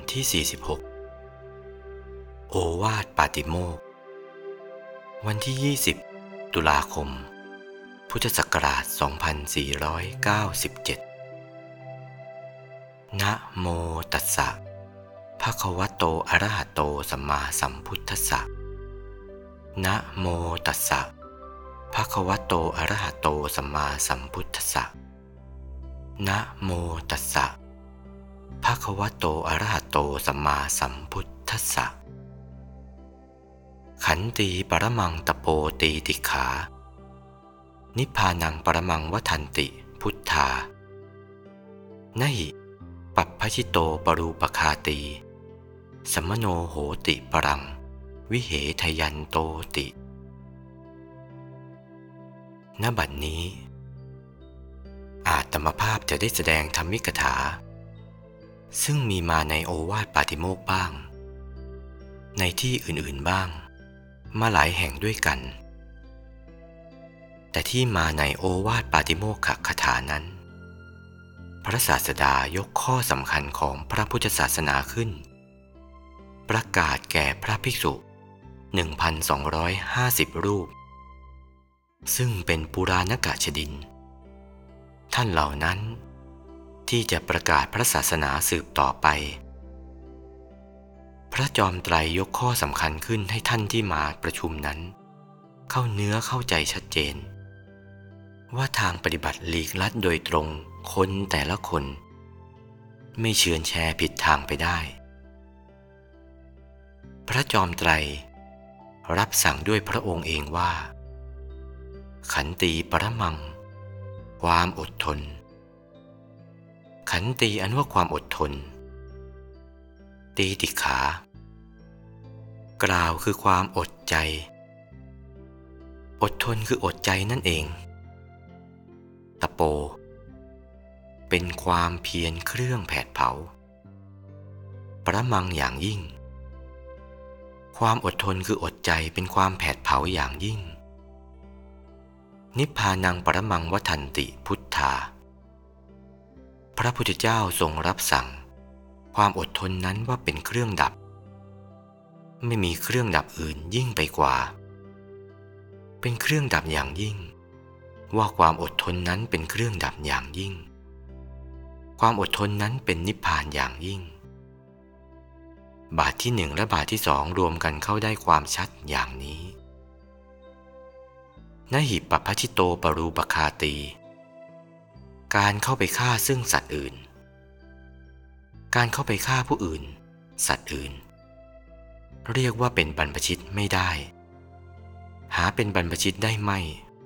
ที่ 46 โอวาทปาติโมกข์วันที่ 20 ตุลาคม พุทธศักราช 2497 นะโมตัสสะ ภะคะวะโต อะระหะโต สัมมาสัมพุทธัสสะ นะโมตัสสะ ภะคะวะโต อะระหะโต สัมมาสัมพุทธัสสะ นะโมตัสสะ ภะคะวะโต อะระหะโต สัมมาสัมพุทธัสสะ ขันติปรมังตโปตีติขา นิพพานังปรมังวทันติพุทธานหิปัปพชิโตปรูปคาตีสัมมโนโหติปรังวิเหทยันโตติ ณ บัดนี้อาตมภาพจะได้แสดงธรรมิกถาซึ่งมีมาในโอวาทปาติโมกข์บ้างในที่อื่นๆบ้างมาหลายแห่งด้วยกันแต่ที่มาในโอวาทปาติโมกขคถานั้นพระศาสดายกข้อสำคัญของพระพุทธศาสนาขึ้นประกาศแก่พระภิกษุ 1,250 รูปซึ่งเป็นปุราณกชดินท่านเหล่านั้นที่จะประกาศพระศาสนาสืบต่อไปพระจอมไตรยกข้อสำคัญขึ้นให้ท่านที่มาประชุมนั้นเข้าเนื้อเข้าใจชัดเจนว่าทางปฏิบัติหลีกลัดโดยตรงคนแต่ละคนไม่เชือนแชผิดทางไปได้พระจอมไตรรับสั่งด้วยพระองค์เองว่าขันติปรมังความอดทนขันติอันว่าความอดทนตีติขากล่าวคือความอดใจอดทนคืออดใจนั่นเองตะโปเป็นความเพียรเครื่องแผดเผาปรมังอย่างยิ่งความอดทนคืออดใจเป็นความแผดเผาอย่างยิ่งนิพพานังปรมังวทันติพุทธาพระพุทธเจ้าทรงรับสั่งความอดทนนั้นว่าเป็นเครื่องดับไม่มีเครื่องดับอื่นยิ่งไปกว่าเป็นเครื่องดับอย่างยิ่งว่าความอดทนนั้นเป็นเครื่องดับอย่างยิ่งความอดทนนั้นเป็นนิพพานอย่างยิ่งบาทที่ 1และบาทที่ 2รวมกันเข้าได้ความชัดอย่างนี้นหิปัปพชิโตปรูปคาตีการเข้าไปฆ่าซึ่งสัตว์อื่นการเข้าไปฆ่าผู้อื่นสัตว์อื่นเรียกว่าเป็นบรรพชิตไม่ได้หาเป็นบรรพชิตได้ไม่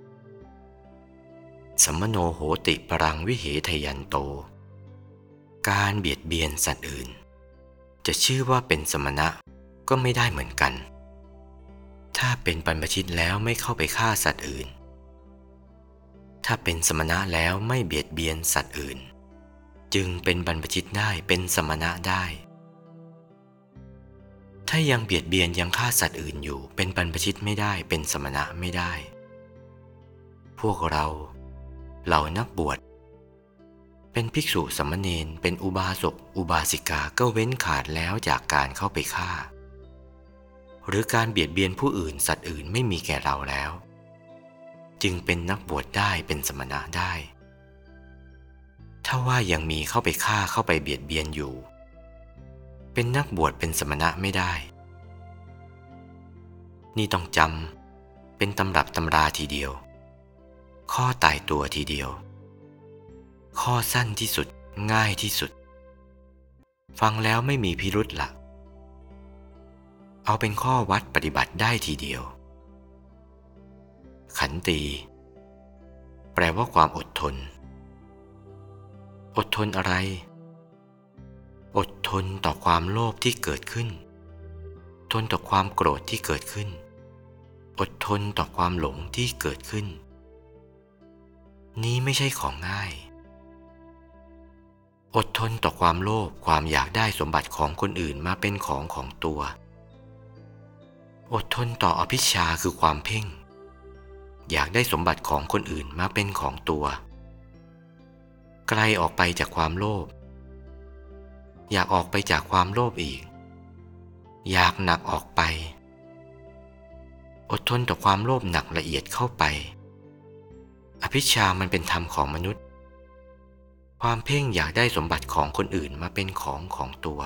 สัมมโนโหติปรังวิเหทยันโตการเบียดเบียนสัตว์อื่นจะชื่อว่าเป็นสมณะก็ไม่ได้เหมือนกันถ้าเป็นบรรพชิตแล้วไม่เข้าไปฆ่าสัตว์อื่นถ้าเป็นสมณะแล้วไม่เบียดเบียนสัตว์อื่นจึงเป็นบรรพชิตได้เป็นสมณะได้ถ้ายังเบียดเบียนยังฆ่าสัตว์อื่นอยู่เป็นบรรพชิตไม่ได้เป็นสมณะไม่ได้พวกเราเหล่านักบวชเป็นภิกษุสามเณรเป็นอุบาสกอุบาสิกาก็เว้นขาดแล้วจากการเข้าไปฆ่าหรือการเบียดเบียนผู้อื่นสัตว์อื่นไม่มีแก่เราแล้วจึงเป็นนักบวชได้เป็นสมณะได้ถ้าว่ายังมีเข้าไปฆ่าเข้าไปเบียดเบียนอยู่เป็นนักบวชเป็นสมณะไม่ได้นี่ต้องจำเป็นตำรับตำราทีเดียวข้อตายตัวทีเดียวข้อสั้นที่สุดง่ายที่สุดฟังแล้วไม่มีพิรุธละเอาเป็นข้อวัดปฏิบัติได้ทีเดียวขันติแปลว่าความอดทนอดทนอะไรอดทนต่อความโลภที่เกิดขึ้นทนต่อความโกรธที่เกิดขึ้นอดทนต่อความหลงที่เกิดขึ้นนี้ไม่ใช่ของง่ายอดทนต่อความโลภความอยากได้สมบัติของคนอื่นมาเป็นของตัวอดทนต่ออภิชฌาคือความเพ่งอยากได้สมบัติของคนอื่นมาเป็นของตัวไกลออกไปจากความโลภอยากออกไปจากความโลภอีกอยากหนักออกไปอดทนต่อความโลภหนักละเอียดเข้าไปอภิชามันเป็นธรรมของมนุษย์ความเพ่งอยากได้สมบัติของคนอื่นมาเป็นของตัว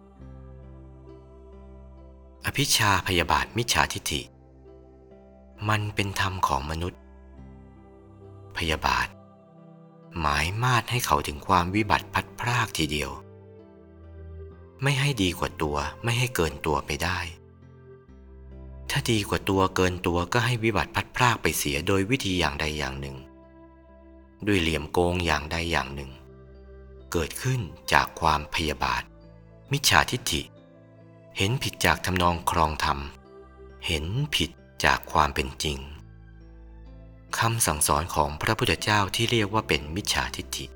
อภิชาพยาบาทมิจฉาทิฏฐิมันเป็นธรรมของมนุษย์พยาบาทหมายมาดให้เขาถึงความวิบัติพัดพรากทีเดียวไม่ให้ดีกว่าตัวไม่ให้เกินตัวไปได้ถ้าดีกว่าตัวเกินตัวก็ให้วิบัติพัดพรากไปเสียโดยวิธีอย่างใดอย่างหนึ่งด้วยเหลี่ยมโกงอย่างใดอย่างหนึ่งเกิดขึ้นจากความพยาบาทมิจฉาทิฏฐิเห็นผิดจากทำนองครองธรรมเห็นผิดจากความเป็นจริงคำสั่งสอนของพระพุทธเจ้าที่เรียกว่าเป็นมิจฉาทิฏฐิ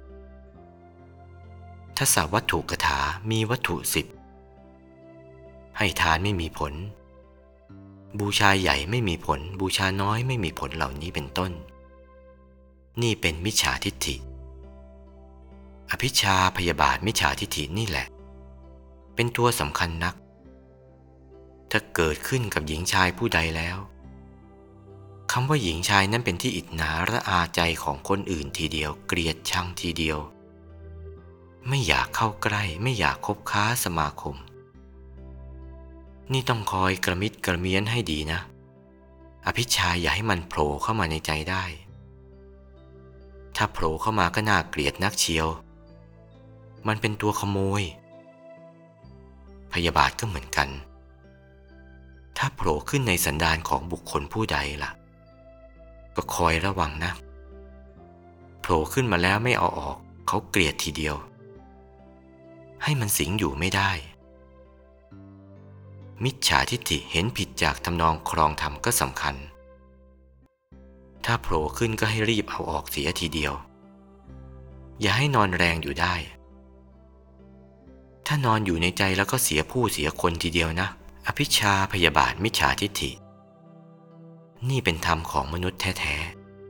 ทศวัตถุกถามีวัตถุ10ให้ทานไม่มีผลบูชาใหญ่ไม่มีผลบูชาน้อยไม่มีผลเหล่านี้เป็นต้นนี่เป็นมิจฉาทิฏฐิอภิชาพยาบาทมิจฉาทิฏฐินี่แหละเป็นตัวสำคัญนักถ้าเกิดขึ้นกับหญิงชายผู้ใดแล้วคำว่าหญิงชายนั้นเป็นที่อิจฉาระอาใจของคนอื่นทีเดียวเกลียดชังทีเดียวไม่อยากเข้าใกล้ไม่อยากคบค้าสมาคมนี่ต้องคอยกระมิดกระเมียนให้ดีนะอภิชาอย่าให้มันโผล่เข้ามาในใจได้ถ้าโผล่เข้ามาก็น่าเกลียดนักเชียวมันเป็นตัวขโมยพยาบาทก็เหมือนกันถ้าโผล่ขึ้นในสันดานของบุคคลผู้ใดล่ะก็คอยระวังนะโผล่ขึ้นมาแล้วไม่เอาออกเขาเกลียดทีเดียวให้มันสิงอยู่ไม่ได้มิจฉาทิฏฐิเห็นผิดจากทำนองครองธรรมก็สำคัญถ้าโผล่ขึ้นก็ให้รีบเอาออกเสียทีเดียวอย่าให้นอนแรงอยู่ได้ถ้านอนอยู่ในใจแล้วก็เสียผู้เสียคนทีเดียวนะอภิชาพยาบาทมิจฉาทิฏฐินี่เป็นธรรมของมนุษย์แท้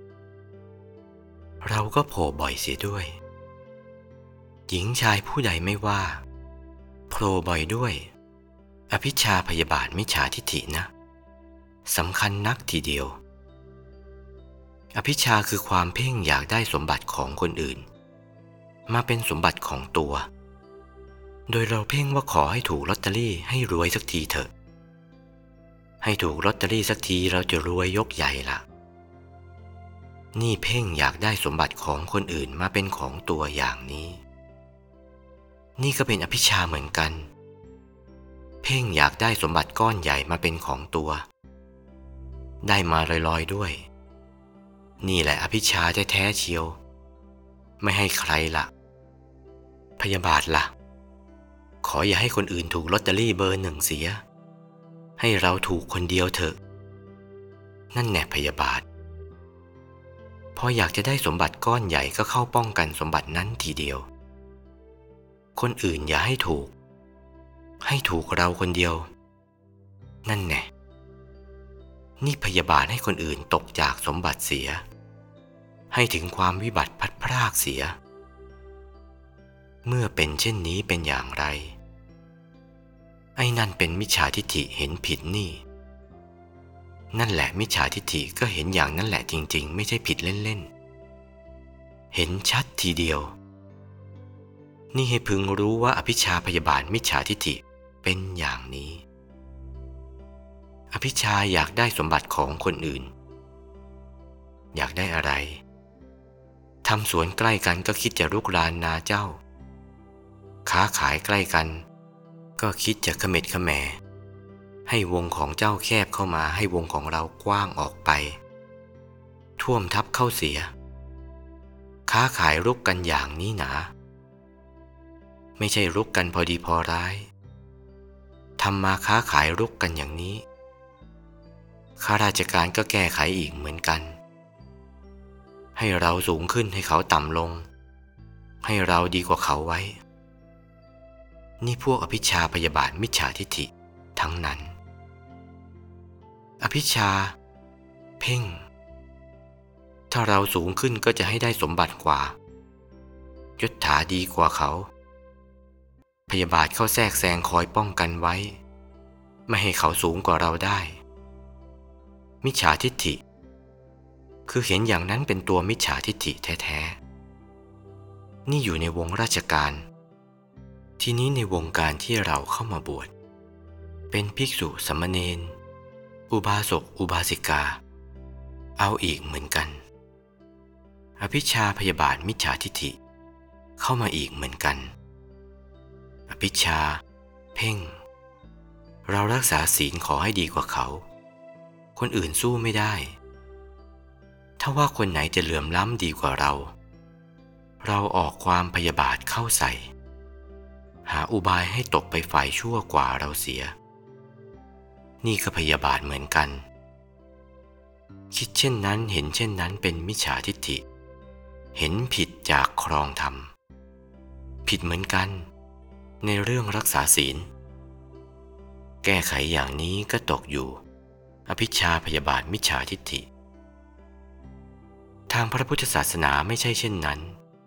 ๆเราก็โผล่บ่อยเสียด้วยหญิงชายผู้ใดไม่ว่าโผล่บ่อยด้วยอภิชาพยาบาทมิจฉาทิฏฐินะสำคัญนักทีเดียวอภิชาคือความเพ่งอยากได้สมบัติของคนอื่นมาเป็นสมบัติของตัวโดยเราเพ่งว่าขอให้ถูกลอตเตอรี่ให้รวยสักทีเถอะให้ถูกลอตเตอรี่สักทีเราจะรวยยกใหญ่ละนี่เพ่งอยากได้สมบัติของคนอื่นมาเป็นของตัวอย่างนี้นี่ก็เป็นอภิชาเหมือนกันเพ่งอยากได้สมบัติก้อนใหญ่มาเป็นของตัวได้มาลอยๆด้วยนี่แหละอภิชาแท้ๆเชียวไม่ให้ใครละพยาบาทละขออย่าให้คนอื่นถูกลอตเตอรี่เบอร์1เสียให้เราถูกคนเดียวเถอะนั่นแน่พยาบาทพออยากจะได้สมบัติก้อนใหญ่ก็เข้าป้องกันสมบัตินั้นทีเดียวคนอื่นอย่าให้ถูกเราคนเดียวนั่นแน่นี่พยาบาทให้คนอื่นตกจากสมบัติเสียให้ถึงความวิบัติพัดพรากเสียเมื่อเป็นเช่นนี้เป็นอย่างไรไอ้นั่นเป็นมิจฉาทิฏฐิเห็นผิดนี่นั่นแหละมิจฉาทิฏฐิก็เห็นอย่างนั้นแหละจริงๆไม่ใช่ผิดเล่นๆเห็นชัดทีเดียวนี่ให้พึงรู้ว่าอภิชาพยาบาทมิจฉาทิฏฐิเป็นอย่างนี้อภิชาอยากได้สมบัติของคนอื่นอยากได้อะไรทำสวนใกล้กันก็คิดจะรุกรานนาเจ้าค้าขายใกล้กันก็คิดจะเขม็ดเขแหมให้วงของเจ้าแคบเข้ามาให้วงของเรากว้างออกไปท่วมทับเข้าเสียค้าขายรุกกันอย่างนี้หนาไม่ใช่รุกกันพอดีพอร้ายทำมาค้าขายรุกกันอย่างนี้ข้าราชการก็แก้ไขอีกเหมือนกันให้เราสูงขึ้นให้เขาต่ำลงให้เราดีกว่าเขาไว้นี่พวกอภิชาพยาบาทมิจฉาทิฏฐิทั้งนั้นอภิชาเพ่งถ้าเราสูงขึ้นก็จะให้ได้สมบัติกว่ายศถาดีกว่าเขาพยาบาทเข้าแทรกแซงคอยป้องกันไว้ไม่ให้เขาสูงกว่าเราได้มิจฉาทิฏฐิคือเห็นอย่างนั้นเป็นตัวมิจฉาทิฏฐิแท้ๆนี่อยู่ในวงราชการทีนี้ในวงการที่เราเข้ามาบวชเป็นภิกษุสามเณรอุบาสกอุบาสิกาเอาอีกเหมือนกันอภิชฌาพยาบาทมิจฉาทิฏฐิเข้ามาอีกเหมือนกันอภิชฌาเพ่งเรารักษาศีลขอให้ดีกว่าเขาคนอื่นสู้ไม่ได้ถ้าว่าคนไหนจะเหลื่อมล้ำดีกว่าเราออกความพยาบาทเข้าใส่หาอุบายให้ตกไปฝ่ายชั่วกว่าเราเสียนี่ก็พยาบาทเหมือนกันคิดเช่นนั้นเห็นเช่นนั้นเป็นมิจฉาทิฏฐิเห็นผิดจากครองธรรมผิดเหมือนกันในเรื่องรักษาศีลแก้ไขอย่างนี้ก็ตกอยู่อภิชฌาพยาบาทมิจฉาทิฏฐิทางพระพุทธศาสนาไม่ใช่เช่นนั้น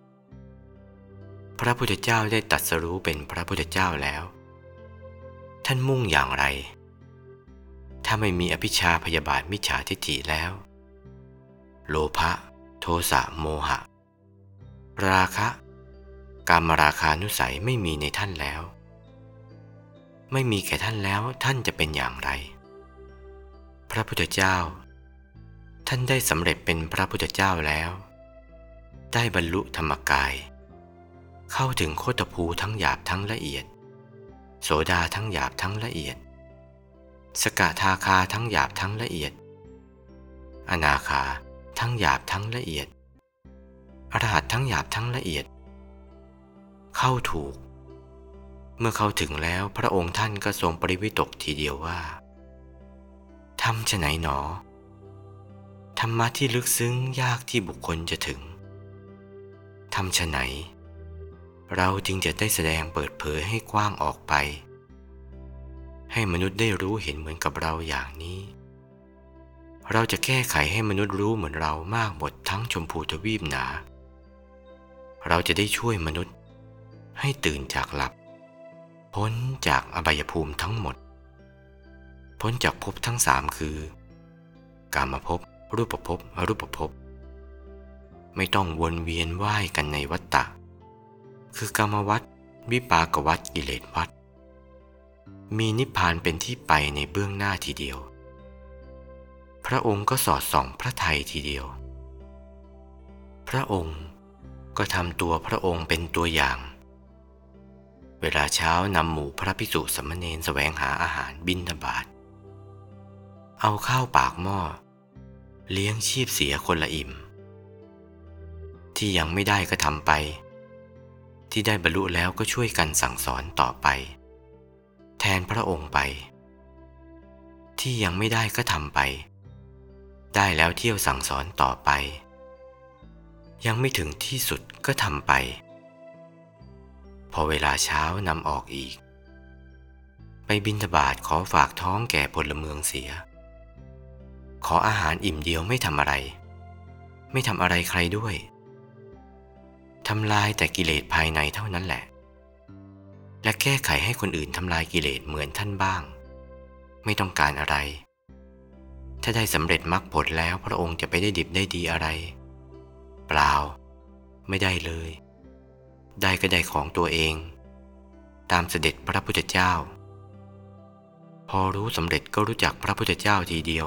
พระพุทธเจ้าได้ตรัสรู้เป็นพระพุทธเจ้าแล้วท่านมุ่งอย่างไรถ้าไม่มีอภิชฌาพยาบาทมิจฉาทิฏฐิแล้วโลภะโทสะโมหะราคะกามราคานุสัยไม่มีในท่านแล้วไม่มีแก่ท่านแล้วท่านจะเป็นอย่างไรพระพุทธเจ้าท่านได้สำเร็จเป็นพระพุทธเจ้าแล้วได้บรรลุธรรมกายเข้าถึงโคตภูทั้งหยาบทั้งละเอียดโสดาทั้งหยาบทั้งละเอียดสกทาคาทั้งหยาบทั้งละเอียดอนาคาทั้งหยาบทั้งละเอียดอรหัตทั้งหยาบทั้งละเอียดเข้าถูกเมื่อเข้าถึงแล้วพระองค์ท่านก็ทรงปริวิตกทีเดียวว่าทำไฉนหนอธรรมะที่ลึกซึ้งยากที่บุคคลจะถึงทำไฉนเราจึงจะได้แสดงเปิดเผยให้กว้างออกไปให้มนุษย์ได้รู้เห็นเหมือนกับเราอย่างนี้เราจะแก้ไขให้มนุษย์รู้เหมือนเรามากหมดทั้งชมพูทวีปหนาเราจะได้ช่วยมนุษย์ให้ตื่นจากหลับพ้นจากอบายภูมิทั้งหมดพ้นจากภพทั้งสามคือกามภพรูปภพอรูปภพไม่ต้องวนเวียนว่ายกันในวัฏฏะคือกามวัฏวิปากวัฏกิเลสวัฏมีนิพพานเป็นที่ไปในเบื้องหน้าทีเดียวพระองค์ก็สอดส่องพระทัยทีเดียวพระองค์ก็ทำตัวพระองค์เป็นตัวอย่างเวลาเช้านำหมู่พระภิกษุสามเณรแสวงหาอาหารบิณฑบาตเอาข้าวปากหม้อเลี้ยงชีพเสียคนละอิ่มที่ยังไม่ได้ก็ทำไปที่ได้บรรลุแล้วก็ช่วยกันสั่งสอนต่อไปแทนพระองค์ไปที่ยังไม่ได้ก็ทำไปได้แล้วเที่ยวสั่งสอนต่อไปยังไม่ถึงที่สุดก็ทำไปพอเวลาเช้านำออกอีกไปบิณฑบาตขอฝากท้องแก่พลเมืองเสียขออาหารอิ่มเดียวไม่ทำอะไรใครด้วยทำลายแต่กิเลสภายในเท่านั้นแหละและแก้ไขให้คนอื่นทำลายกิเลสเหมือนท่านบ้างไม่ต้องการอะไรถ้าได้สำเร็จมรรคผลแล้วพระองค์จะไปได้ดิบได้ดีอะไรเปล่าไม่ได้เลยได้ก็ได้ของตัวเองตามเสด็จพระพุทธเจ้าพอรู้สำเร็จก็รู้จักพระพุทธเจ้าทีเดียว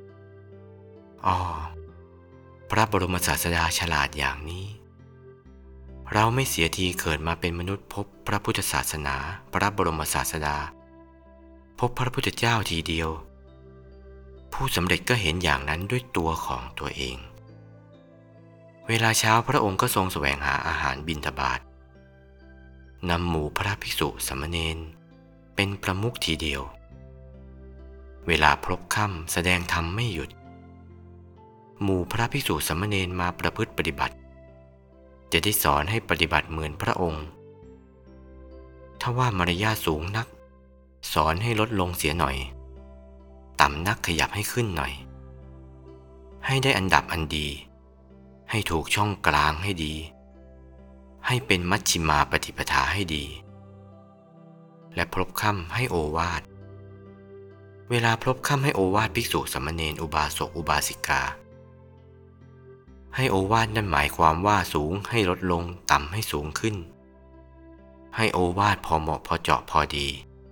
พระบรมศาสดาฉลาดอย่างนี้เราไม่เสียทีเกิดมาเป็นมนุษย์พบพระพุทธศาสนาพระบรมศาสดาพบพระพุทธเจ้าทีเดียวผู้สำเร็จก็เห็นอย่างนั้นด้วยตัวของตัวเองเวลาเช้าพระองค์ก็ทรงแสวงหาอาหารบิณฑบาตนำหมู่พระภิกษุสามเณรเป็นประมุขทีเดียวเวลาพลบค่ำแสดงธรรมไม่หยุดหมู่พระภิกษุสามเณรมาประพฤติปฏิบัติจะได้สอนให้ปฏิบัติเหมือนพระองค์ถ้าว่ามารยาทสูงนักสอนให้ลดลงเสียหน่อยต่ำนักขยับให้ขึ้นหน่อยให้ได้อันดับอันดีให้ถูกช่องกลางให้ดีให้เป็นมัชฌิมาปฏิปทาให้ดีและพลบค่ำให้โอวาทเวลาพลบค่ำให้โอวาทภิกษุสามเณรอุบาสกอุบาสิกาให้โอวาทนั่นหมายความว่าสูงให้ลดลงต่ำให้สูงขึ้นให้โอวาทพอเหมาะพอเจาะพอดี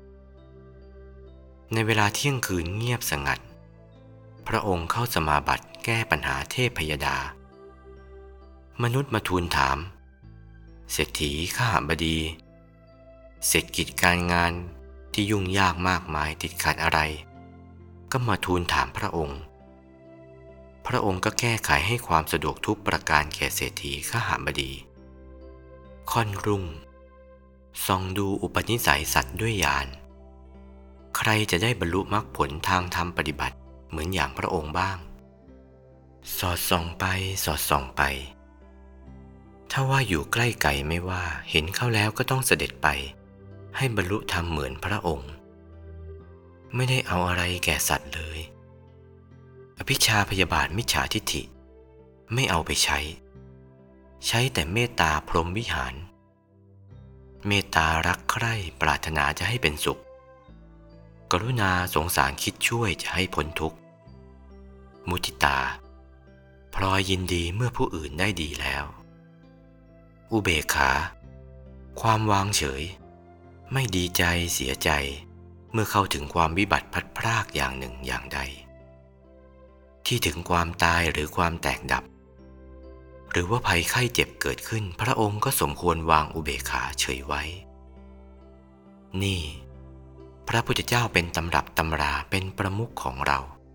ในเวลาเที่ยงคืนเงียบสงัดพระองค์เข้าสมาบัติแก้ปัญหาเทพยดามนุษย์มาทูลถามเศรษฐีข้าบดีเสร็จกิจการงานที่ยุ่งยากมากมายติดขัดอะไรก็มาทูลถามพระองค์พระองค์ก็แก้ไขให้ความสะดวกทุกประการแก่เศรษฐีข้าบดีค่อนรุ่งส่องดูอุปนิสัยสัตว์ด้วยญาณใครจะได้บรรลุมรรคผลทางธรรมปฏิบัติเหมือนอย่างพระองค์บ้างสอดส่องไปสอดส่องไปถ้าว่าอยู่ใกล้ไกลไม่ว่าเห็นเข้าแล้วก็ต้องเสด็จไปให้บรรลุธรรมเหมือนพระองค์ไม่ได้เอาอะไรแก่สัตว์เลยอภิชฌาพยาบาทมิจฉาทิฏฐิไม่เอาไปใช้แต่เมตตาพรหมวิหารเมตตารักใคร่ปรารถนาจะให้เป็นสุขกรุณาสงสารคิดช่วยจะให้พ้นทุกข์มุทิตาพลอยยินดีเมื่อผู้อื่นได้ดีแล้วอุเบกขาความวางเฉยไม่ดีใจเสียใจเมื่อเข้าถึงความวิบัติพัดพรากอย่างหนึ่งอย่างใดที่ถึงความตายหรือความแตกดับหรือว่าภัยไข้เจ็บเกิดขึ้นพระองค์ก็สมควรวางอุเบกขาเฉยไว้นี่พระพุทธเจ้าเป็นตำรับตำราเป็นประมุขของเรา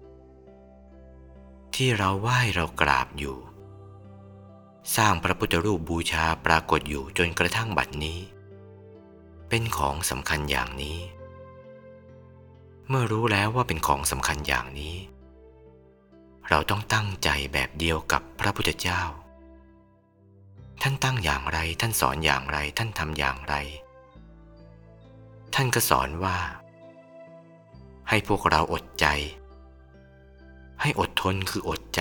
ที่เราไหว้เรากราบอยู่สร้างพระพุทธรูปบูชาปรากฏอยู่จนกระทั่งบัดนี้เป็นของสำคัญอย่างนี้เมื่อรู้แล้วว่าเป็นของสำคัญอย่างนี้เราต้องตั้งใจแบบเดียวกับพระพุทธเจ้าท่านตั้งอย่างไรท่านสอนอย่างไรท่านทำอย่างไรท่านก็สอนว่าให้พวกเราอดใจให้อดทนคืออดใจ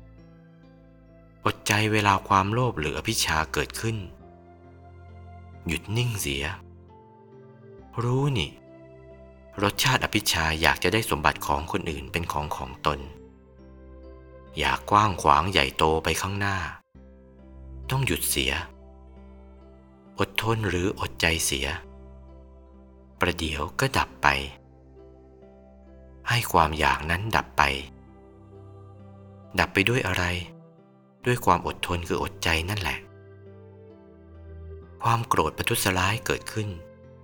เวลาความโลภหรืออภิชฌาเกิดขึ้นหยุดนิ่งเสียรู้นี่รสชาติอภิชฌาอยากจะได้สมบัติของคนอื่นเป็นของตนอยากกว้างขวางใหญ่โตไปข้างหน้าต้องหยุดเสียอดทนหรืออดใจเสียประเดี๋ยวก็ดับไปให้ความอยากนั้นดับไปด้วยอะไรด้วยความอดทนคืออดใจนั่นแหละความโกรธประทุษร้ายเกิดขึ้น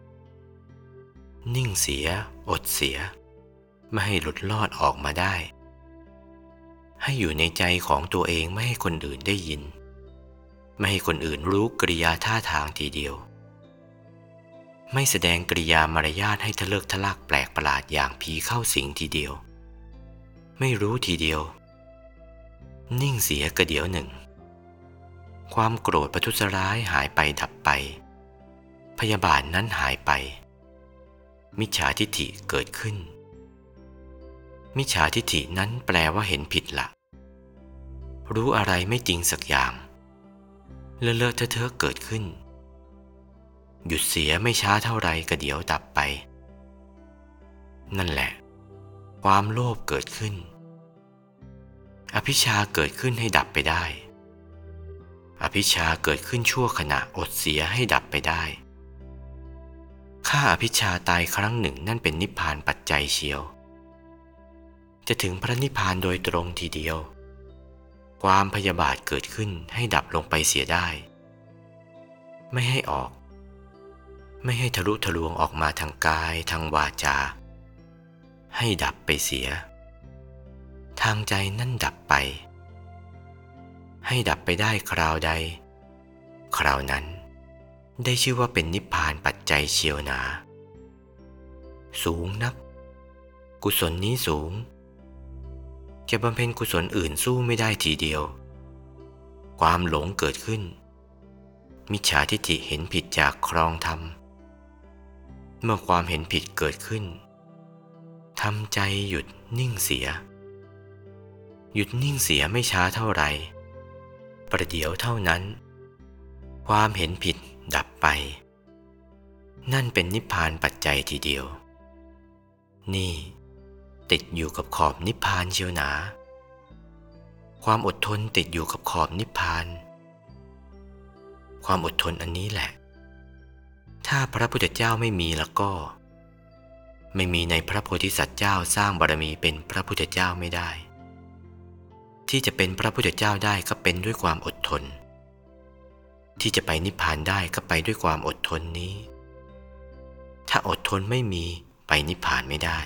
นิ่งเสียอดเสียไม่ให้หลุดลอดออกมาได้ให้อยู่ในใจของตัวเองไม่ให้คนอื่นได้ยินไม่ให้คนอื่นรู้กริยาท่าทางทีเดียวไม่แสดงกริยามารยาทให้ทะเลิกทะลักแปลกประหลาดอย่างผีเข้าสิงทีเดียวไม่รู้ทีเดียวนิ่งเสียกระเดี๋ยวหนึ่งความโกรธประทุษร้ายหายไปดับไปพยาบาทนั้นหายไปมิจฉาทิฏฐิเกิดขึ้นมิจฉาทิฏฐินั้นแปลว่าเห็นผิดละรู้อะไรไม่จริงสักอย่างเลอะเทอะเกิดขึ้นหยุดเสียไม่ช้าเท่าไรก็เดี๋ยวดับไปนั่นแหละความโลภเกิดขึ้นอภิชฌาเกิดขึ้นให้ดับไปได้อภิชฌาเกิดขึ้นชั่วขณะอดเสียให้ดับไปได้ฆ่าอภิชฌาตายครั้งหนึ่งนั่นเป็นนิพพานปัจจัยเชียวจะถึงพระนิพพานโดยตรงทีเดียวความพยาบาทเกิดขึ้นให้ดับลงไปเสียได้ไม่ให้ออกไม่ให้ทะลุทะลวงออกมาทางกายทางวาจาให้ดับไปเสียทางใจนั่นดับไปให้ดับไปได้คราวใดคราวนั้นได้ชื่อว่าเป็นนิพพานปัจจัยเชียวหนาสูงนักกุศลนี้สูงจะบำเพ็ญกุศลอื่นสู้ไม่ได้ทีเดียวความหลงเกิดขึ้นมิจฉาทิฏฐิเห็นผิดจากครองธรรมเมื่อความเห็นผิดเกิดขึ้นทำใจหยุดนิ่งเสียหยุดนิ่งเสียไม่ช้าเท่าไรประเดี๋ยวเท่านั้นความเห็นผิดดับไปนั่นเป็นนิพพานปัจจัยทีเดียวนี่ติดอยู่กับขอบนิพพานเชียวหนาความอดทนติดอยู่กับขอบนิพพานความอดทนอันนี้แหละถ้าพระพุทธเจ้าไม่มีแล้วก็ไม่มีในพระโพธิสัตว์เจ้าสร้างบารมีเป็นพระพุทธเจ้าไม่ได้ที่จะเป็นพระพุทธเจ้าได้ก็เป็นด้วยความอดทนที่จะไปนิพพานได้ก็ไปด้วยความอดทนนี้ถ้าอดทนไม่มีไปนิพพานไม่ได้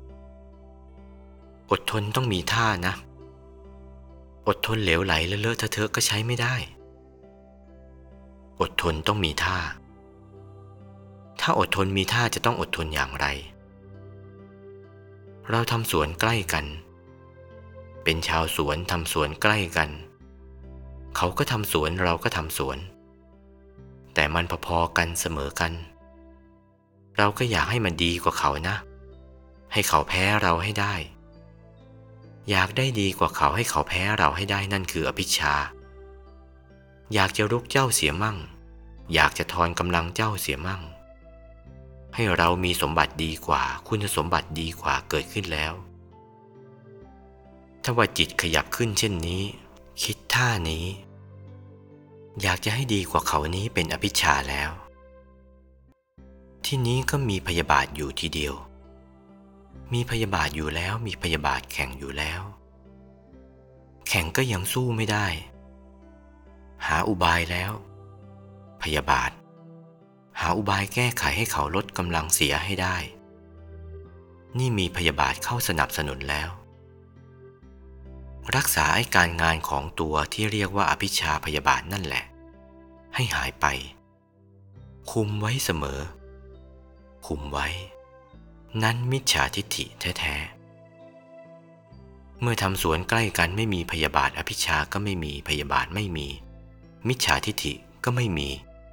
อดทนต้องมีท่านะอดทนเหลวไหลเลอะเทอะก็ใช้ไม่ได้อดทนต้องมีท่าถ้าอดทนมีท่าจะต้องอดทนอย่างไรเราทำสวนใกล้กันเป็นชาวสวนทำสวนใกล้กันเขาก็ทำสวนเราก็ทำสวนแต่มันพอๆกันเสมอกันเราก็อยากให้มันดีกว่าเขานะให้เขาแพ้เราให้ได้อยากได้ดีกว่าเขาให้เขาแพ้เราให้ได้นั่นคืออภิชฌาอยากจะรุกเจ้าเสียมั่งอยากจะทอนกำลังเจ้าเสียมั่งให้เรามีสมบัติดีกว่าคุณสมบัติดีกว่าเกิดขึ้นแล้วถ้าว่าจิตขยับขึ้นเช่นนี้คิดท่านี้อยากจะให้ดีกว่าเขานี้เป็นอภิชฌาแล้วที่นี้ก็มีพยาบาทอยู่ทีเดียวมีพยาบาทอยู่แล้วมีพยาบาทแข่งอยู่แล้วแข่งก็ยังสู้ไม่ได้หาอุบายแล้วพยาบาทหาอุบายแก้ไขให้เขาลดกำลังเสียให้ได้นี่มีพยาบาทเข้าสนับสนุนแล้วรักษาไอ้การงานของตัวที่เรียกว่าอภิชฌาพยาบาทนั่นแหละให้หายไปคุมไว้เสมอคุมไว้นั้นมิจฉาทิฏฐิแท้ๆเมื่อทำสวนใกล้กันไม่มีพยาบาทอภิชฌาก็ไม่มีพยาบาทไม่มีมิจฉาทิฏฐิก็ไม่มี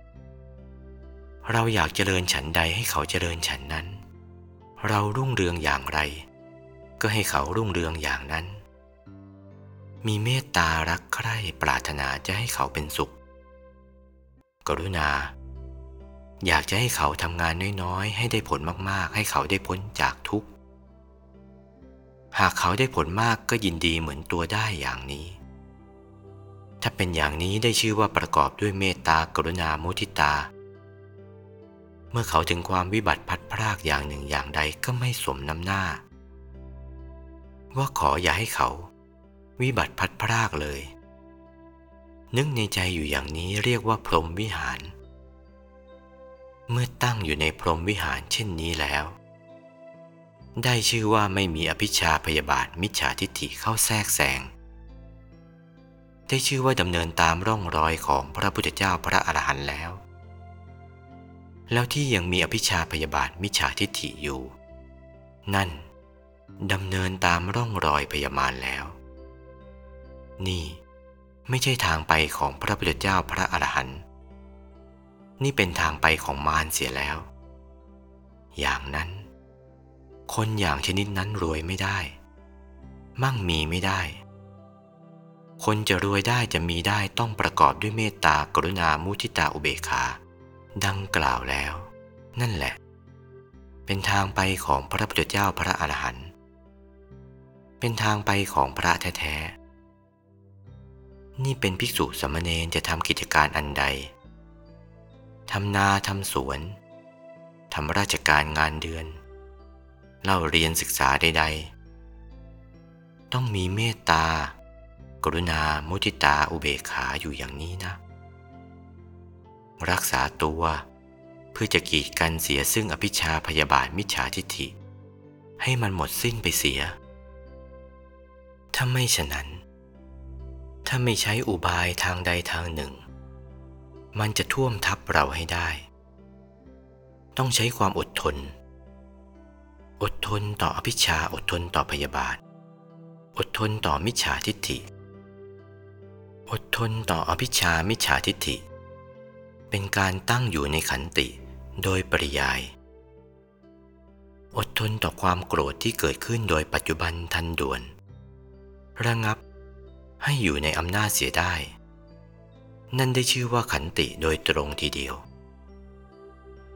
เราอยากเจริญฉันใดให้เขาเจริญฉันนั้นเรารุ่งเรืองอย่างไรก็ให้เขารุ่งเรืองอย่างนั้นมีเมตตารักใคร่ปรารถนาจะให้เขาเป็นสุขกรุณาอยากจะให้เขาทำงานน้อยๆให้ได้ผลมากๆให้เขาได้พ้นจากทุกข์หากเขาได้ผลมากก็ยินดีเหมือนตัวได้อย่างนี้ถ้าเป็นอย่างนี้ได้ชื่อว่าประกอบด้วยเมตตากรุณามุทิตาเมื่อเขาถึงความวิบัติพัดพรากอย่างหนึ่งอย่างใดก็ไม่สมน้ำหน้าว่าขออย่าให้เขาวิบัติพัดพรากเลยนึกในใจอยู่อย่างนี้เรียกว่าพรหมวิหารเมื่อตั้งอยู่ในพรหมวิหารเช่นนี้แล้วได้ชื่อว่าไม่มีอภิชฌาพยาบาทมิจฉาทิฏฐิเข้าแทรกแซงได้ชื่อว่าดำเนินตามร่องรอยของพระพุทธเจ้าพระอรหันต์แล้วที่ยังมีอภิชฌาพยาบาทมิจฉาทิฏฐิอยู่นั่นดำเนินตามร่องรอยพยามารแล้วนี่ไม่ใช่ทางไปของพระพุทธเจ้าพระอรหันต์นี่เป็นทางไปของมารเสียแล้วอย่างนั้นคนอย่างชนิดนั้นรวยไม่ได้มั่งมีไม่ได้คนจะรวยได้จะมีได้ต้องประกอบด้วยเมตตากรุณามุทิตาอุเบกขาดังกล่าวแล้วนั่นแหละเป็นทางไปของพระพุทธเจ้าพระอรหันต์เป็นทางไปของพระแท้ๆนี่เป็นภิกษุสามเณรจะทำกิจการอันใดทำนาทำสวนทำราชการงานเดือนเล่าเรียนศึกษาใดๆต้องมีเมตตากรุณามุทิตาอุเบกขาอยู่อย่างนี้นะรักษาตัวเพื่อจะกีดกันเสียซึ่งอภิชฌาพยาบาทมิจฉาทิฏฐิให้มันหมดสิ้นไปเสียถ้าไม่ฉะนั้นถ้าไม่ใช้อุบายทางใดทางหนึ่งมันจะท่วมทับเราให้ได้ต้องใช้ความอดทนอดทนต่ออภิชฌาอดทนต่อพยาบาทอดทนต่อมิจฉาทิฏฐิอดทนต่ออภิชฌามิจฉาทิฏฐิเป็นการตั้งอยู่ในขันติโดยปริยายอดทนต่อความโกรธที่เกิดขึ้นโดยปัจจุบันทันด่วนระงับให้อยู่ในอำนาจเสียได้นั่นได้ชื่อว่าขันติโดยตรงทีเดียว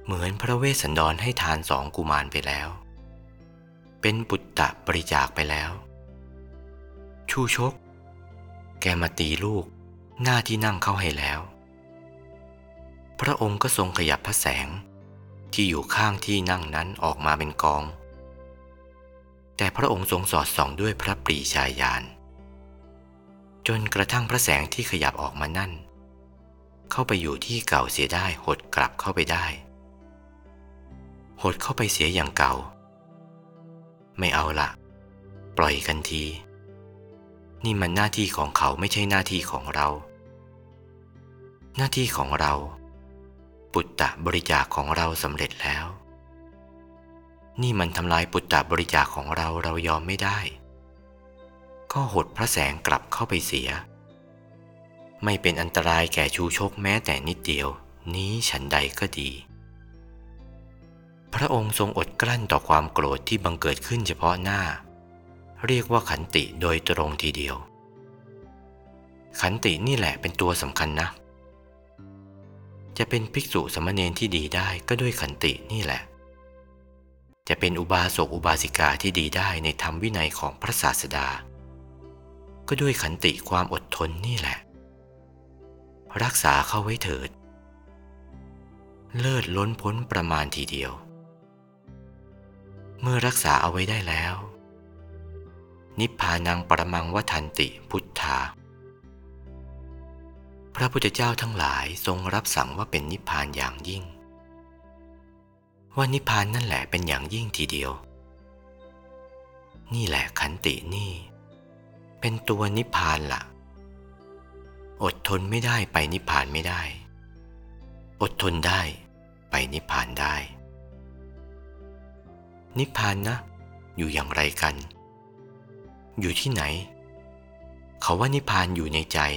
เหมือนพระเวสสันดรให้ทาน2 กุมารไปแล้วเป็นปุตตะบริจาคไปแล้วชูชกแกมาตีลูกหน้าที่นั่งเข้าให้แล้วพระองค์ก็ทรงขยับพระแสงที่อยู่ข้างที่นั่งนั้นออกมาเป็นกองแต่พระองค์ทรงสอดส่องด้วยพระปรีชาญาณจนกระทั่งพระแสงที่ขยับออกมานั่นเข้าไปอยู่ที่เก่าเสียได้หดกลับเข้าไปได้หดเข้าไปเสียอย่างเก่าไม่เอาละปล่อยกันทีนี่มันหน้าที่ของเขาไม่ใช่หน้าที่ของเราหน้าที่ของเราปุตตะบริจาคของเราสำเร็จแล้วนี่มันทำลายปุตตะบริจาคของเรายอมไม่ได้ก็หดพระแสงกลับเข้าไปเสียไม่เป็นอันตรายแก่ชูชกแม้แต่นิดเดียวนี้ฉันใดก็ดีพระองค์ทรงอดกลั้นต่อความโกรธที่บังเกิดขึ้นเฉพาะหน้าเรียกว่าขันติโดยตรงทีเดียวขันตินี่แหละเป็นตัวสำคัญนะจะเป็นภิกษุสามเณรที่ดีได้ก็ด้วยขันตินี่แหละจะเป็นอุบาสกอุบาสิกาที่ดีได้ในธรรมวินัยของพระศาสดาก็ด้วยขันติความอดทนนี่แหละรักษาเข้าไว้เถิดเลิศล้นพ้นประมาณทีเดียวเมื่อรักษาเอาไว้ได้แล้วนิพพานังปรมังวทันติพุทธาพระพุทธเจ้าทั้งหลายทรงรับสั่งว่าเป็นนิพพานอย่างยิ่งว่านิพพานนั่นแหละเป็นอย่างยิ่งทีเดียวนี่แหละขันตินี่เป็นตัวนิพพานล่ะอดทนไม่ได้ไปนิพพานไม่ได้อดทนได้ไปนิพพานได้นิพพานนะอยู่อย่างไรกันอยู่ที่ไหนเขาว่านิพพานอยู่ในใจ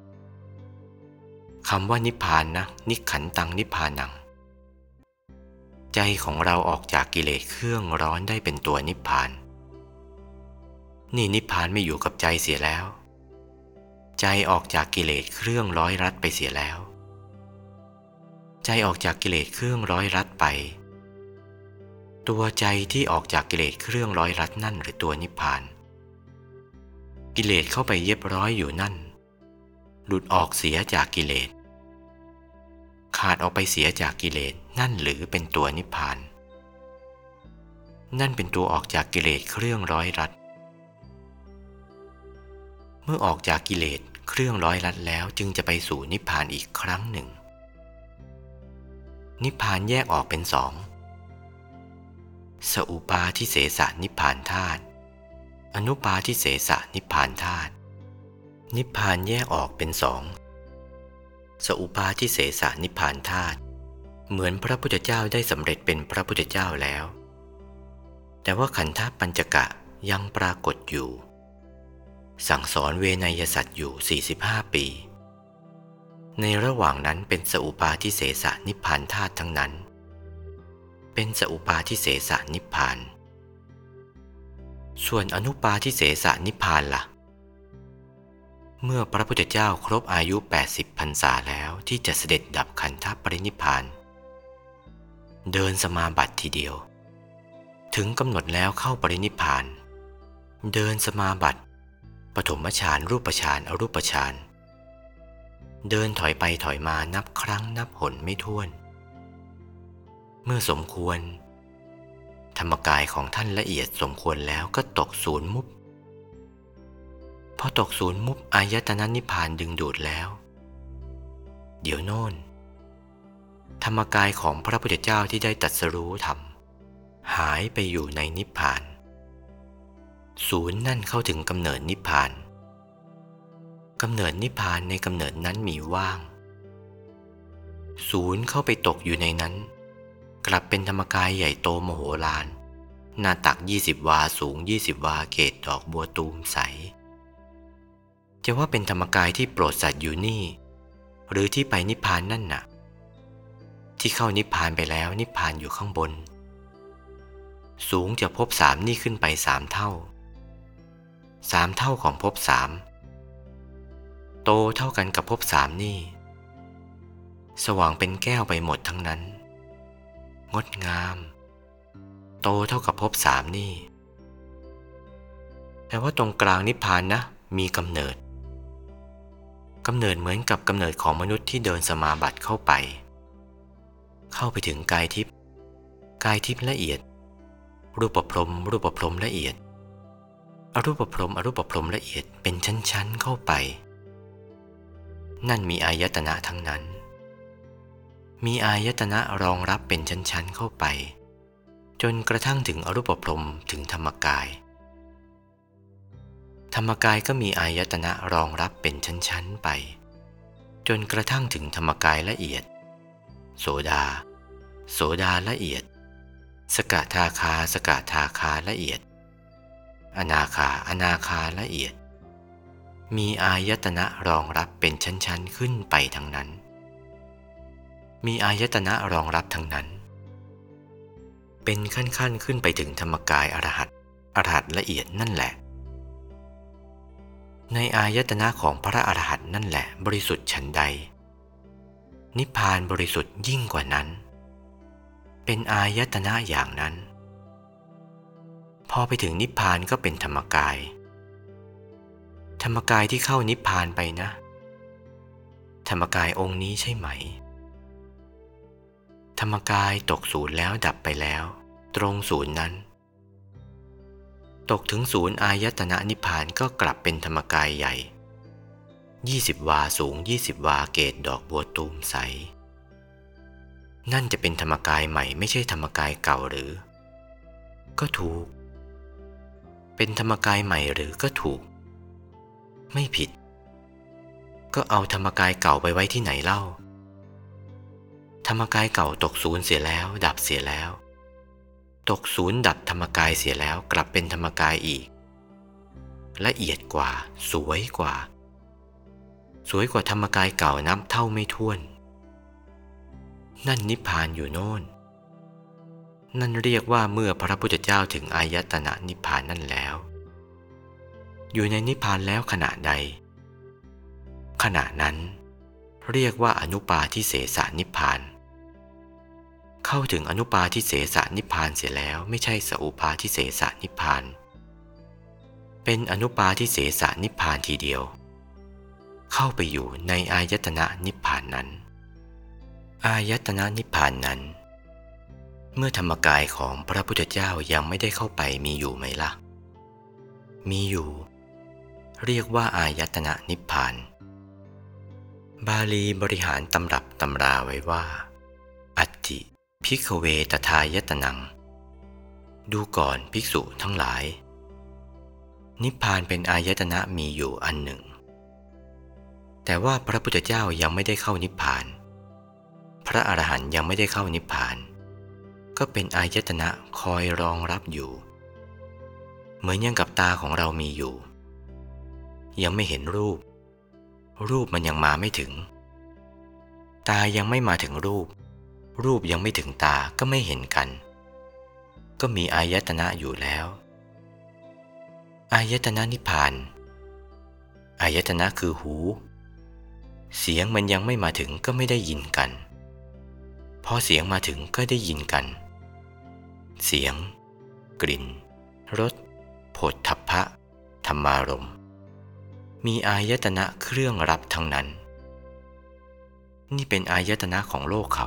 คำว่านิพพานนะนิขันตังนิพพานังใจของเราออกจากกิเลสเครื่องร้อนได้เป็นตัวนิพพานนี่นิพพานไม่อยู่กับใจเสียแล้วใจออกจากกิเลสเครื่องร้อยรัดไปเสียแล้วใจออกจากกิเลสเครื่องร้อยรัดไปตัวใจที่ออกจากกิเลสเครื่องร้อยรัดนั่นหรือตัวนิพพานกิเลสเข้าไปเย็บร้อยอยู่นั่นหลุดออกเสียจากกิเลสขาดออกไปเสียจากกิเลสนั่นหรือเป็นตัวนิพพานนั่นเป็นตัวออกจากกิเลสเครื่องร้อยรัดเมื่อออกจากกิเลสเครื่องร้อยรัดแล้วจึงจะไปสู่นิพพานอีกครั้งหนึ่งนิพพานแยกออกเป็น2สอุปาทิเสสนิพพานธาตุอนุปาทิเสสนิพพานธาตุนิพพานแยกออกเป็น2สอุปาทิเสสนิพพานธาตุเหมือนพระพุทธเจ้าได้สำเร็จเป็นพระพุทธเจ้าแล้วแต่ว่าขันธปัญจกะยังปรากฏอยู่สั่งสอนเวไนยสัตว์อยู่45 ปีในระหว่างนั้นเป็นสอุปาทิเสสนิพพานธาตุทั้งนั้นเป็นสอุปาทิเสสนิพพานส่วนอนุปาทิเสสนิพพานล่ะเมื่อพระพุทธเจ้าครบอายุ80 พรรษาแล้วที่จะเสด็จดับขันธปรินิพพานเดินสมาบัติทีเดียวถึงกำหนดแล้วเข้าปรินิพพานเดินสมาบัติปฐมฌานรูปฌานอรูปฌานเดินถอยไปถอยมานับครั้งนับหนไม่ถ้วนเมื่อสมควรธรรมกายของท่านละเอียดสมควรแล้วก็ตกศูนย์มุบพอตกศูนย์มุบอายตนะนิพพานดึงดูดแล้วเดี๋ยวโน่นธรรมกายของพระพุทธเจ้าที่ได้ตรัสรู้ธรรมหายไปอยู่ในนิพพานศูนย์นั่นเข้าถึงกำเนิดนิพพานกำเนิดนิพพานในกำเนิดนั้นมีว่างศูนย์เข้าไปตกอยู่ในนั้นกลับเป็นธรรมกายใหญ่โตมโหฬารหน้าตัก20 วาสูง20 วาเกศดอกบัวตูมใสจะว่าเป็นธรรมกายที่โปรดสัตว์อยู่นี่หรือที่ไปนิพพานนั่นน่ะที่เข้านิพพานไปแล้วนิพพานอยู่ข้างบนสูงจากภพ3นี่ขึ้นไป3 เท่า3 เท่าของภพ3โตเท่ากันกับภพ3นี่สว่างเป็นแก้วไปหมดทั้งนั้นงดงามโตเท่ากับภพสามนี่แต่ว่าตรงกลางนิพพานนะมีกำเนิดเหมือนกับกำเนิดของมนุษย์ที่เดินสมาบัติเข้าไปถึงกายทิพย์ละเอียดรูปพรหมละเอียดอรูปพรหมละเอียดเป็นชั้นๆเข้าไปนั่นมีอายตนะทั้งนั้นมีอายตนะรองรับเป็นชั้นๆเข้าไปจนกระทั่งถึงอรูปพรหมถึงธรรมกายก็มีอายตนะรองรับเป็นชั้นๆไปจนกระทั่งถึงธรรมกายละเอียดโสดาละเอียดสกทาคาละเอียดอนาคาละเอียดมีอายตนะรองรับเป็นชั้นๆขึ้นไปทั้งนั้นมีอายตนะรองรับทั้งนั้นเป็นขั้นขึ้นไปถึงธรรมกายอรหัตละเอียดนั่นแหละในอายตนะของพระอรหันต์นั่นแหละบริสุทธิ์ฉันใดนิพพานบริสุทธิ์ยิ่งกว่านั้นเป็นอายตนะอย่างนั้นพอไปถึงนิพพานก็เป็นธรรมกายที่เข้านิพพานไปนะธรรมกายองค์นี้ใช่ไหมธรรมกายตกศูนย์แล้วดับไปแล้วตรงศูนย์นั้นตกถึงศูนย์อายตนะนิพพานก็กลับเป็นธรรมกายใหญ่20 วาสูง20 วาเกศดอกบัวตูมใสนั่นจะเป็นธรรมกายใหม่ไม่ใช่ธรรมกายเก่าหรือก็ถูกเป็นธรรมกายใหม่หรือก็ถูกไม่ผิดก็เอาธรรมกายเก่าไปไว้ที่ไหนเล่าธรรมกายเก่าตกศูนย์เสียแล้วดับเสียแล้วตกศูนย์ดับธรรมกายเสียแล้วกลับเป็นธรรมกายอีกละเอียดกว่าสวยกว่าธรรมกายเก่านับเท่าไม่ถ้วนนั่นนิพพานอยู่โน่นนั่นเรียกว่าเมื่อพระพุทธเจ้าถึงอายตนะนิพพานนั่นแล้วอยู่ในนิพพานแล้วขณะใดขณะนั้นเรียกว่าอนุปาทิเสสนิพพานเข้าถึงอนุปาทิเสสนิพพานเสียแล้วไม่ใช่สอุปาทิเสสนิพพานเป็นอนุปาทิเสสนิพพานทีเดียวเข้าไปอยู่ในอายตนะนิพพานนั้นอายตนะนิพพานนั้นเมื่อธรรมกายของพระพุทธเจ้ายังไม่ได้เข้าไปมีอยู่ไหมล่ะมีอยู่เรียกว่าอายตนะนิพพานบาลีบริหารตำรับตำราไว้ว่าอัตถิภิกขเวตถายตนังดูก่อนภิกษุทั้งหลายนิพพานเป็นอายตนะมีอยู่อันหนึ่งแต่ว่าพระพุทธเจ้ายังไม่ได้เข้านิพพานพระอรหันต์ยังไม่ได้เข้านิพพานก็เป็นอายตนะคอยรองรับอยู่เหมือนอย่างกับตาของเรามีอยู่ยังไม่เห็นรูปมันยังมาไม่ถึงตายังไม่มาถึงรูปยังไม่ถึงตาก็ไม่เห็นกันก็มีอายตนะอยู่แล้วอายตนะนิพพานอายตนะคือหูเสียงมันยังไม่มาถึงก็ไม่ได้ยินกันพอเสียงมาถึงก็ได้ยินกันเสียงกลิ่นรสโผฏฐัพพะธรรมารมณ์มีอายตนะเครื่องรับทั้งนั้นนี่เป็นอายตนะของโลกเขา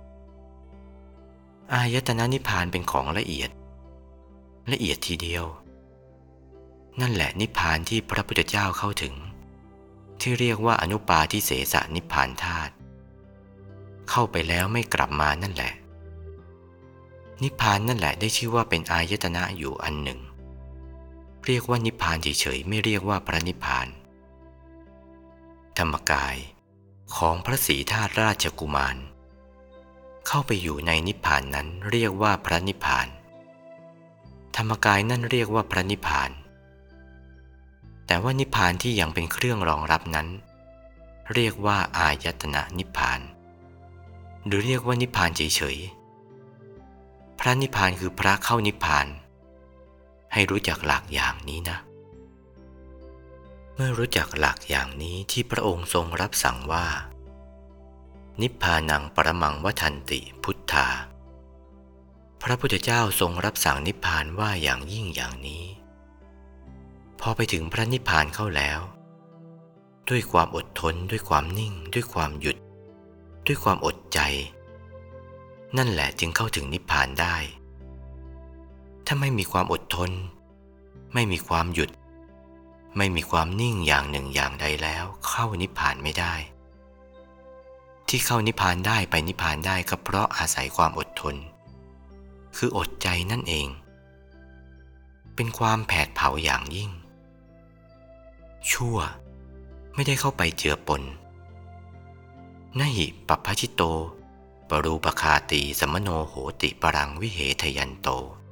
อายตนะนิพพานเป็นของละเอียดทีเดียวนั่นแหละนิพพานที่พระพุทธเจ้าเข้าถึงที่เรียกว่าอนุปาทิเสสนิพพานธาตุเข้าไปแล้วไม่กลับมานั่นแหละนิพพานนั่นแหละได้ชื่อว่าเป็นอายตนะอยู่อันหนึ่งเรียกว่านิพพานเฉยๆไม่เรียกว่าพระนิพพานธรรมกายของพระศรีธาตุราชกุมารเข้าไปอยู่ในนิพพานนั้นเรียกว่าพระนิพพานธรรมกายนั่นเรียกว่าพระนิพพานแต่ว่านิพพานที่ยังเป็นเครื่องรองรับนั้นเรียกว่าอายตนะนิพพานหรือเรียกว่านิพพานเฉยๆพระนิพพานคือพระเข้านิพพานให้รู้จักหลักอย่างนี้นะเมื่อรู้จักหลักอย่างนี้ที่พระองค์ทรงรับสั่งว่านิพพานังปรมังวทันติพุทธาพระพุทธเจ้าทรงรับสั่งนิพพานว่าอย่างยิ่งอย่างนี้พอไปถึงพระนิพพานเข้าแล้วด้วยความอดทนด้วยความนิ่งด้วยความหยุดด้วยความอดใจนั่นแหละจึงเข้าถึงนิพพานได้ถ้าไม่มีความอดทนไม่มีความหยุดไม่มีความนิ่งอย่างหนึ่งอย่างใดแล้วเข้านิพพานไม่ได้ที่เข้านิพพานได้ไปนิพพานได้ก็เพราะอาศัยความอดทนคืออดใจนั่นเองเป็นความแผดเผาอย่างยิ่งชั่วไม่ได้เข้าไปเจือปนนหิปัปพชิโตปรูปคาติสมโนโหติปรังวิเหทยันโต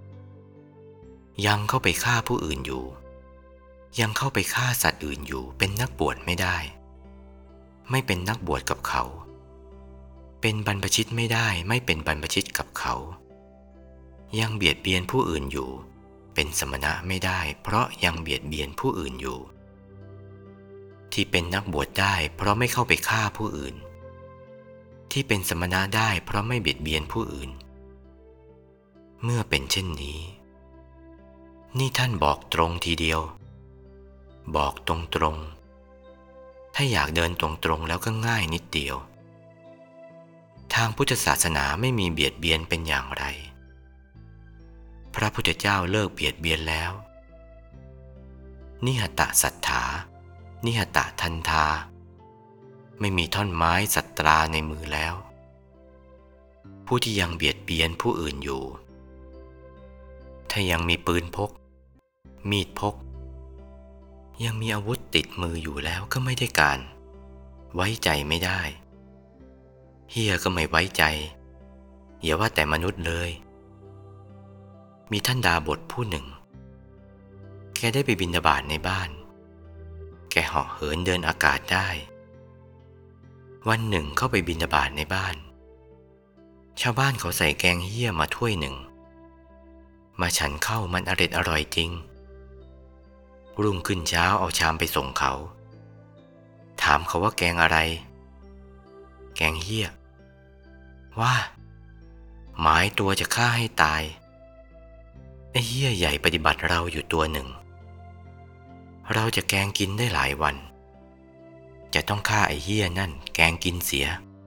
ยังเข้าไปฆ่าผู้อื่นอยู่ยังเข้าไปฆ่าสัตว์อื่นอยู่เป็นนักบวชไม่ได้ไม่เป็นนักบวชกับเขาเป็นบรรพชิตไม่ได้ไม่เป็นบรรพชิตกับเขายังเบียดเบียนผู้อื่นอยู่เป็นสมณะไม่ได้เพราะยังเบียดเบียนผู้อื่นอยู่ที่เป็นนักบวชได้เพราะไม่เข้าไปฆ่าผู้อื่นที่เป็นสมณะได้เพราะไม่เบียดเบียนผู้อื่นเมื่อเป็นเช่นนี้นี่ท่านบอกตรงทีเดียวบอกตรงๆถ้าอยากเดินตรงๆแล้วก็ง่ายนิดเดียวทางพุทธศาสนาไม่มีเบียดเบียนเป็นอย่างไรพระพุทธเจ้าเลิกเบียดเบียนแล้วนิหตสัทธานิหตทันทาไม่มีท่อนไม้สัตราในมือแล้วผู้ที่ยังเบียดเบียนผู้อื่นอยู่ถ้ายังมีปืนพกมีดพกยังมีอาวุธติดมืออยู่แล้วก็ไม่ได้การไว้ใจไม่ได้เหี้ยก็ไม่ไว้ใจอย่าว่าแต่มนุษย์เลยมีท่านดาบทผู้หนึ่งแกได้ไปบิณฑบาตในบ้านแกเหาะเหินเดินอากาศได้วันหนึ่งเข้าไปบิณฑบาตในบ้านชาวบ้านเขาใส่แกงเหี้ยมาถ้วยหนึ่งมาฉันเข้ามันอร่อยจริงรุ่งขึ้นเช้าเอาชามไปส่งเขาถามเขาว่าแกงอะไรแกงเหี้ยว่าหมายตัวจะฆ่าให้ตายไอ้เหี้ยใหญ่ปฏิบัติเราอยู่ตัวหนึ่งเราจะแกงกินได้หลายวันจะต้องฆ่าไอ้เหี้ยนั่นแกงกินเสีย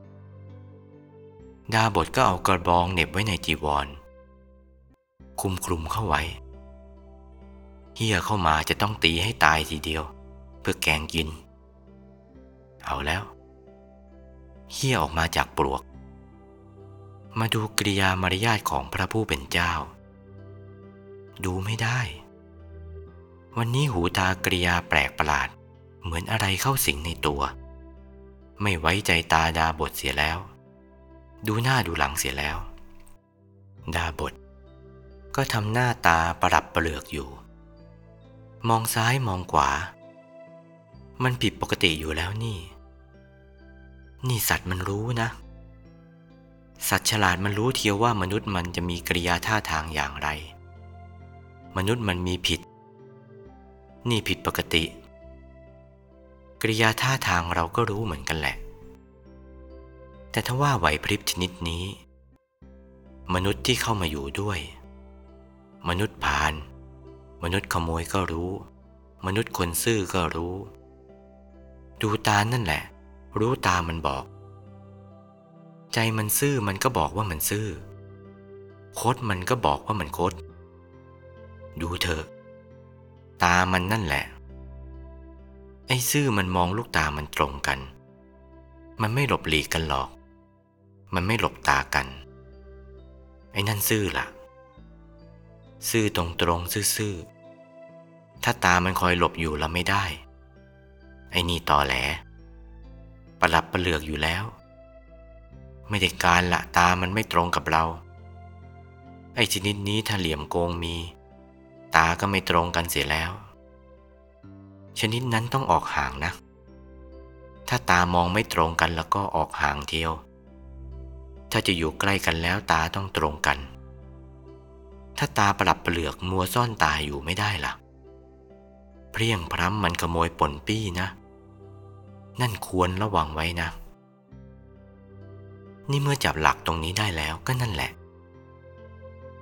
ดาบทก็เอากระบองเหน็บไว้ในจีวรคลุมเข้าไว้เหี้ยเข้ามาจะต้องตีให้ตายทีเดียวเพื่อแกงกินเอาแล้วเหี้ยออกมาจากปลวกมาดูกิริยามารยาทของพระผู้เป็นเจ้าดูไม่ได้วันนี้หูตากริยาแปลกประหลาดเหมือนอะไรเข้าสิงในตัวไม่ไว้ใจตาดาบทเสียแล้วดูหน้าดูหลังเสียแล้วดาบทก็ทำหน้าตาประหลับประเหลือกอยู่มองซ้ายมองขวามันผิดปกติอยู่แล้วนี่สัตว์มันรู้นะสัตว์ฉลาดมันรู้เทียวว่ามนุษย์มันจะมีกริยาท่าทางอย่างไรมนุษย์มันมีผิดนี่ผิดปกติกริยาท่าทางเราก็รู้เหมือนกันแหละแต่ถ้าว่าไหวพริบชนิดนี้มนุษย์ที่เข้ามาอยู่ด้วยมนุษย์พาลมนุษย์ขโมยก็รู้มนุษย์คนซื่อก็รู้ดูตานั่นแหละรู้ตามันบอกใจมันซื่อมันก็บอกว่ามันซื่อคดมันก็บอกว่ามันคดดูเถอะตามันนั่นแหละไอ้ซื่อมันมองลูกตามันตรงกันมันไม่หลบหลีกกันหรอกมันไม่หลบตากันไอ้นั่นซื่อล่ะซื่อตรงซื่อถ้าตามันคอยหลบอยู่เราไม่ได้ไอ้นี่ตอแหลประหลับประเหลือกอยู่แล้วไม่ได้การละตามันไม่ตรงกับเราไอ้ชนิดนี้ถ้าเหลี่ยมโกงมีตาก็ไม่ตรงกันเสียแล้วชนิดนั้นต้องออกห่างนะถ้าตามองไม่ตรงกันแล้วก็ออกห่างเทียวถ้าจะอยู่ใกล้กันแล้วตาต้องตรงกันถ้าตาประหลับประเหลือกมัวซ่อนตาอยู่ไม่ได้ล่ะเพรี่ยงพร้ำมันขโมยป่นปี้นะนั่นควรระวังไว้นะนี่เมื่อจับหลักตรงนี้ได้แล้วก็นั่นแหละ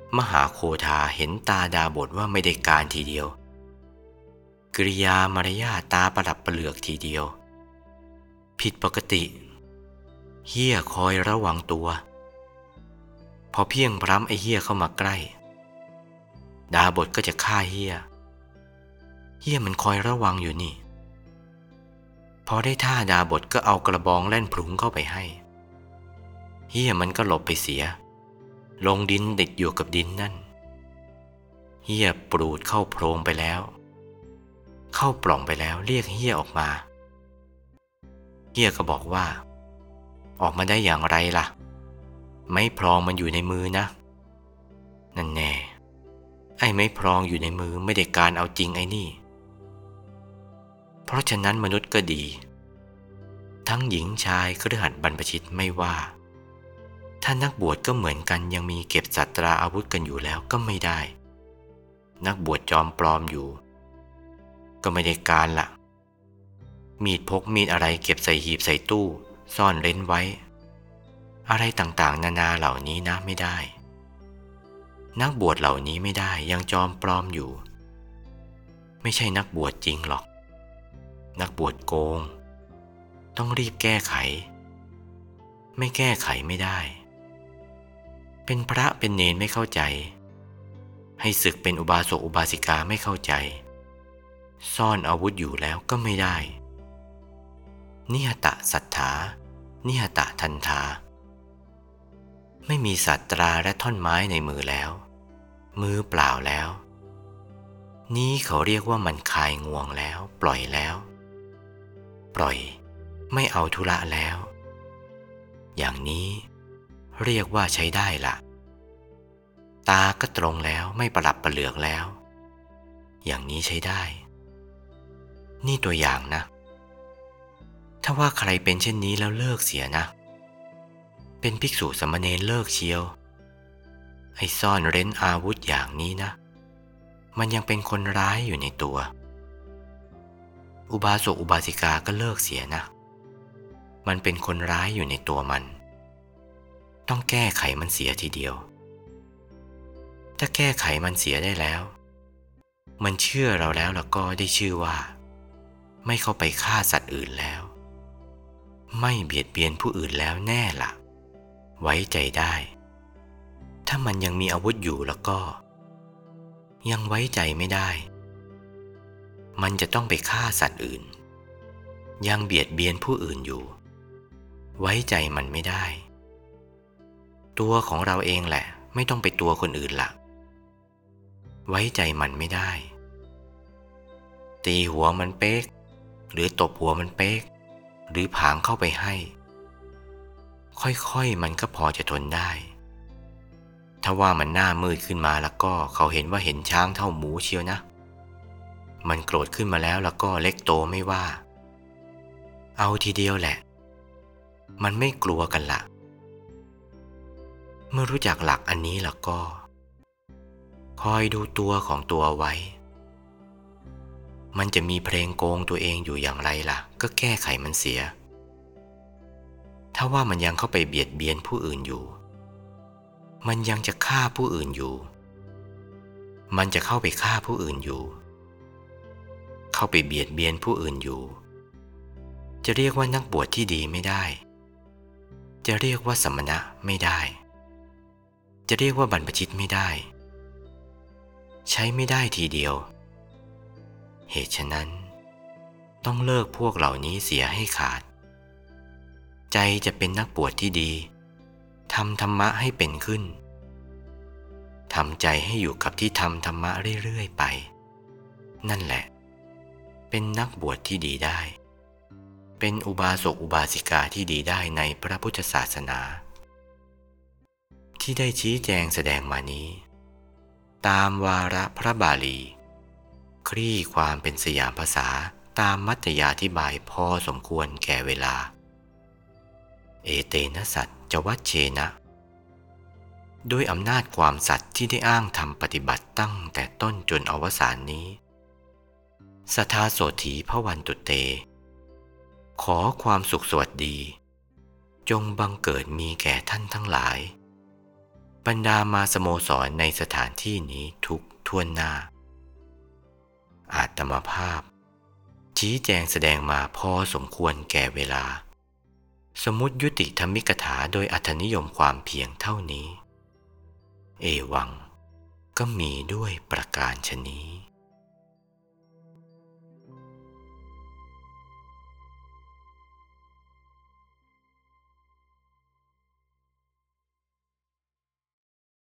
มหาโคทาเห็นตาดาบทว่าไม่ได้การทีเดียวกิริยามารยาทตาประดับประเหลือกทีเดียวผิดปกติเหี้ยคอยระวังตัวพอเพียงพร้ำไอ้เหี้ยเข้ามาใกล้ดาบทก็จะฆ่าเหี้ยมันคอยระวังอยู่นี่พอได้ท่าดาบทก็เอากระบองแล่นพลุงเข้าไปให้เหี้ยมันก็หลบไปเสียลงดินติดอยู่กับดินนั่นเหี้ยปลูดเข้าโพรงไปแล้วเข้าปล่องไปแล้วเรียกเหี้ยออกมาเหี้ยก็บอกว่าออกมาได้อย่างไรล่ะไม้พลองมันอยู่ในมือนะนั่นแน่ไอ้ไม้พลองอยู่ในมือไม่ได้การเอาจริงไอ้นี่เพราะฉะนั้นมนุษย์ก็ดีทั้งหญิงชายคฤหัสถ์บรรพชิตไม่ว่าถ้านักบวชก็เหมือนกันยังมีเก็บสัตราอาวุธกันอยู่แล้วก็ไม่ได้นักบวชจอมปลอมอยู่ก็ไม่ได้การละมีดพกมีดอะไรเก็บใส่หีบใส่ตู้ซ่อนเร้นไว้อะไรต่างๆนานาเหล่านี้นะไม่ได้นักบวชเหล่านี้ไม่ได้ยังจอมปลอมอยู่ไม่ใช่นักบวชจริงหรอกนักบวชโกงต้องรีบแก้ไขไม่แก้ไขไม่ได้เป็นพระเป็นเณรไม่เข้าใจให้ศึกเป็นอุบาสกอุบาสิกาไม่เข้าใจซ่อนอาวุธอยู่แล้วก็ไม่ได้นิหตะศรัทธานิหตะทันทาไม่มีสัตราและท่อนไม้ในมือแล้วมือเปล่าแล้วนี้เขาเรียกว่ามันคลายงวงแล้วปล่อยแล้วปล่อยไม่เอาธุระแล้วอย่างนี้เรียกว่าใช้ได้ละตาก็ตรงแล้วไม่ประดับประเหลือกแล้วอย่างนี้ใช้ได้นี่ตัวอย่างนะถ้าว่าใครเป็นเช่นนี้แล้วเลิกเสียนะเป็นภิกษุสามเณรเลิกเชียวไอ้ซ่อนเร้นอาวุธอย่างนี้นะมันยังเป็นคนร้ายอยู่ในตัวอุบาสกอุบาสิกาก็เลิกเสียนะมันเป็นคนร้ายอยู่ในตัวมันต้องแก้ไขมันเสียทีเดียวถ้าแก้ไขมันเสียได้แล้วมันเชื่อเราแล้วก็ได้ชื่อว่าไม่เข้าไปฆ่าสัตว์อื่นแล้วไม่เบียดเบียนผู้อื่นแล้วแน่ล่ะไว้ใจได้ถ้ามันยังมีอาวุธอยู่แล้วก็ยังไว้ใจไม่ได้มันจะต้องไปฆ่าสัตว์อื่นยังเบียดเบียนผู้อื่นอยู่ไว้ใจมันไม่ได้ตัวของเราเองแหละไม่ต้องไปตัวคนอื่นล่ะไว้ใจมันไม่ได้ตีหัวมันเป๊กหรือตบหัวมันเป๊กหรือผางเข้าไปให้ค่อยๆมันก็พอจะทนได้ถ้าว่ามันหน้ามืดขึ้นมาแล้วก็เขาเห็นว่าเห็นช้างเท่าหมูเชียวนะมันโกรธขึ้นมาแล้วก็เล็กโตไม่ว่าเอาทีเดียวแหละมันไม่กลัวกันละเมื่อรู้จักหลักอันนี้แล้วก็คอยดูตัวของตัวไว้มันจะมีเพลงโกงตัวเองอยู่อย่างไรล่ะก็แก้ไขมันเสียถ้าว่ามันยังเข้าไปเบียดเบียนผู้อื่นอยู่มันยังจะฆ่าผู้อื่นอยู่มันจะเข้าไปฆ่าผู้อื่นอยู่เข้าไปเบียดเบียนผู้อื่นอยู่จะเรียกว่านักบวชที่ดีไม่ได้จะเรียกว่าสมณะไม่ได้จะเรียกว่าบรรพชิตไม่ได้ใช้ไม่ได้ทีเดียวเหตุฉะนั้นต้องเลิกพวกเหล่านี้เสียให้ขาดใจจะเป็นนักบวชที่ดีทำธรรมะให้เป็นขึ้นทำใจให้อยู่กับที่ทำธรรมะเรื่อยๆไปนั่นแหละเป็นนักบวชที่ดีได้เป็นอุบาสกอุบาสิกาที่ดีได้ในพระพุทธศาสนาที่ได้ชี้แจงแสดงมานี้ตามวาระพระบาลีคลี่ความเป็นสยามภาษาตามมัตยาธิบายพอสมควรแก่เวลาเอเตนะสัจจวัชเชนะด้วยอำนาจความสัตย์ที่ได้อ้างทำปฏิบัติตั้งแต่ต้นจนอวสานนี้สัทธาโสถีพวันตุเตขอความสุขสวัสดีจงบังเกิดมีแก่ท่านทั้งหลายบรรดามาสโมสรในสถานที่นี้ทุกท่วนหน้าอาตมาภาพชี้แจงแสดงมาพอสมควรแก่เวลาสมมุติยุติธรรมิกถาโดยอรรถนิยมความเพียงเท่านี้เอวังก็มีด้วยประการฉนี้